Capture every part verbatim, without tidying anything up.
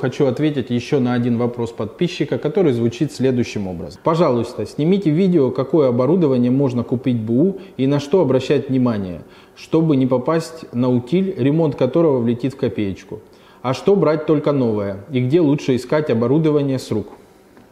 хочу ответить еще на один вопрос подписчика, который звучит следующим образом. Пожалуйста, снимите видео, какое оборудование можно купить БУ и на что обращать внимание, чтобы не попасть на утиль, ремонт которого влетит в копеечку. А что брать только новое? И где лучше искать оборудование с рук?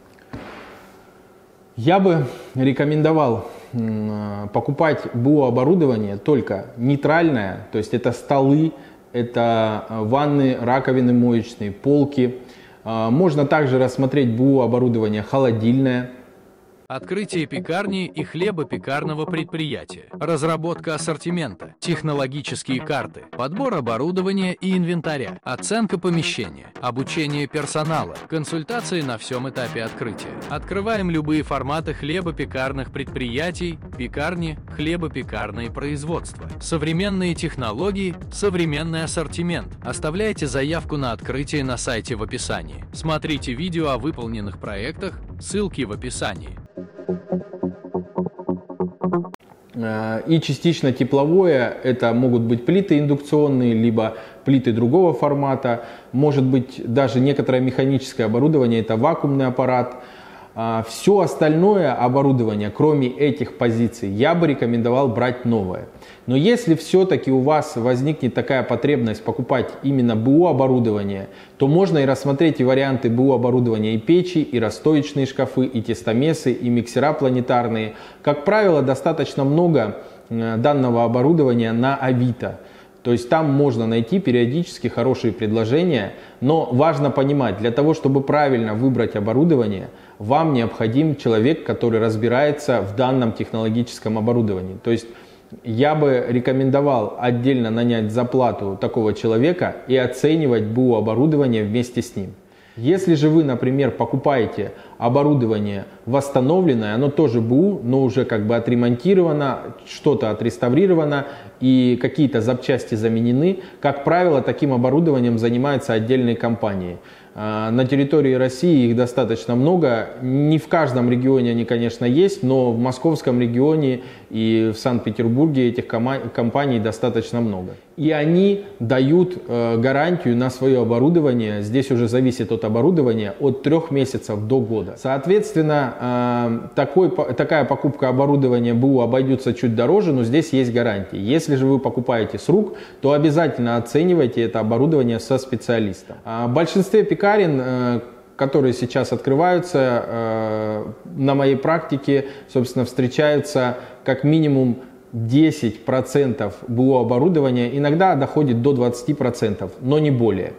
Я бы рекомендовал покупать БУ оборудование только нейтральное, то есть это столы, это ванны, раковины моечные, полки. Можно также рассмотреть БУ оборудование холодильное. Открытие пекарни и хлебопекарного предприятия, разработка ассортимента, технологические карты, подбор оборудования и инвентаря, оценка помещения, обучение персонала, консультации на всем этапе открытия. Открываем любые форматы хлебопекарных предприятий, пекарни, хлебопекарные производства. Современные технологии, современный ассортимент. Оставляйте заявку на открытие на сайте в описании. Смотрите видео о выполненных проектах, ссылки в описании. И частично тепловое, это могут быть плиты индукционные, либо плиты другого формата, может быть даже некоторое механическое оборудование, это вакуумный аппарат. Все остальное оборудование, кроме этих позиций, я бы рекомендовал брать новое. Но если все-таки у вас возникнет такая потребность покупать именно БУ оборудование, то можно и рассмотреть и варианты БУ оборудования и печи, и расстоечные шкафы, и тестомесы, и миксера планетарные. Как правило, достаточно много данного оборудования на Авито. То есть там можно найти периодически хорошие предложения, но важно понимать, для того, чтобы правильно выбрать оборудование, вам необходим человек, который разбирается в данном технологическом оборудовании. То есть я бы рекомендовал отдельно нанять за плату такого человека и оценивать БУ оборудование вместе с ним. Если же вы, например, покупаете оборудование восстановленное, оно тоже БУ, но уже как бы отремонтировано, что-то отреставрировано и какие-то запчасти заменены, как правило, таким оборудованием занимаются отдельные компании. На территории России их достаточно много, не в каждом регионе они, конечно, есть, но в московском регионе и в Санкт-Петербурге этих компаний достаточно много. И они дают гарантию на свое оборудование, здесь уже зависит от оборудования, от трех месяцев до года. Соответственно, такой, такая покупка оборудования БУ обойдется чуть дороже, но здесь есть гарантия. Если же вы покупаете с рук, то обязательно оценивайте это оборудование со специалистом. В большинстве пекарен, которые сейчас открываются, на моей практике, собственно, встречаются как минимум десять процентов БУ оборудования, иногда доходит до двадцати процентов, но не более.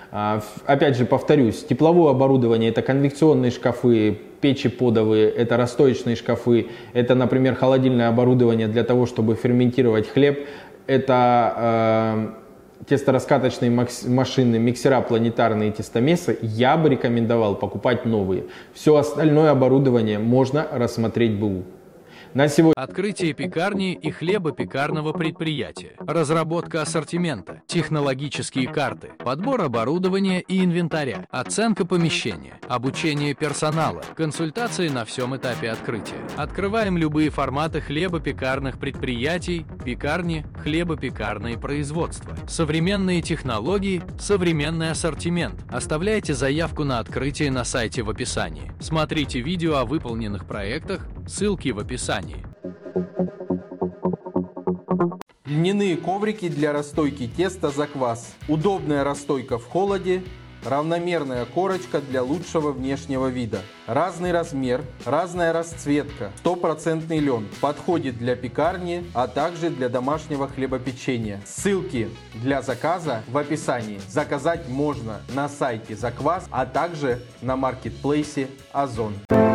Опять же, повторюсь, тепловое оборудование – это конвекционные шкафы, печи подовые, это расстоечные шкафы, это, например, холодильное оборудование для того, чтобы ферментировать хлеб, это э, тестораскаточные машины, миксера планетарные, тестомесы. Я бы рекомендовал покупать новые. Все остальное оборудование можно рассмотреть БУ. На сегодня... Открытие пекарни и хлебопекарного предприятия, разработка ассортимента, технологические карты, подбор оборудования и инвентаря, оценка помещения, обучение персонала, консультации на всем этапе открытия. Открываем любые форматы хлебопекарных предприятий, пекарни, хлебопекарные производства. Современные технологии, современный ассортимент. Оставляйте заявку на открытие на сайте в описании. Смотрите видео о выполненных проектах, ссылки в описании. Льняные коврики для расстойки теста заквас. Удобная расстойка в холоде. Равномерная корочка для лучшего внешнего вида. Разный размер, разная расцветка. Стопроцентный лен. Подходит для пекарни, а также для домашнего хлебопечения. Ссылки для заказа в описании. Заказать можно на сайте Заквас, а также на маркетплейсе Озон.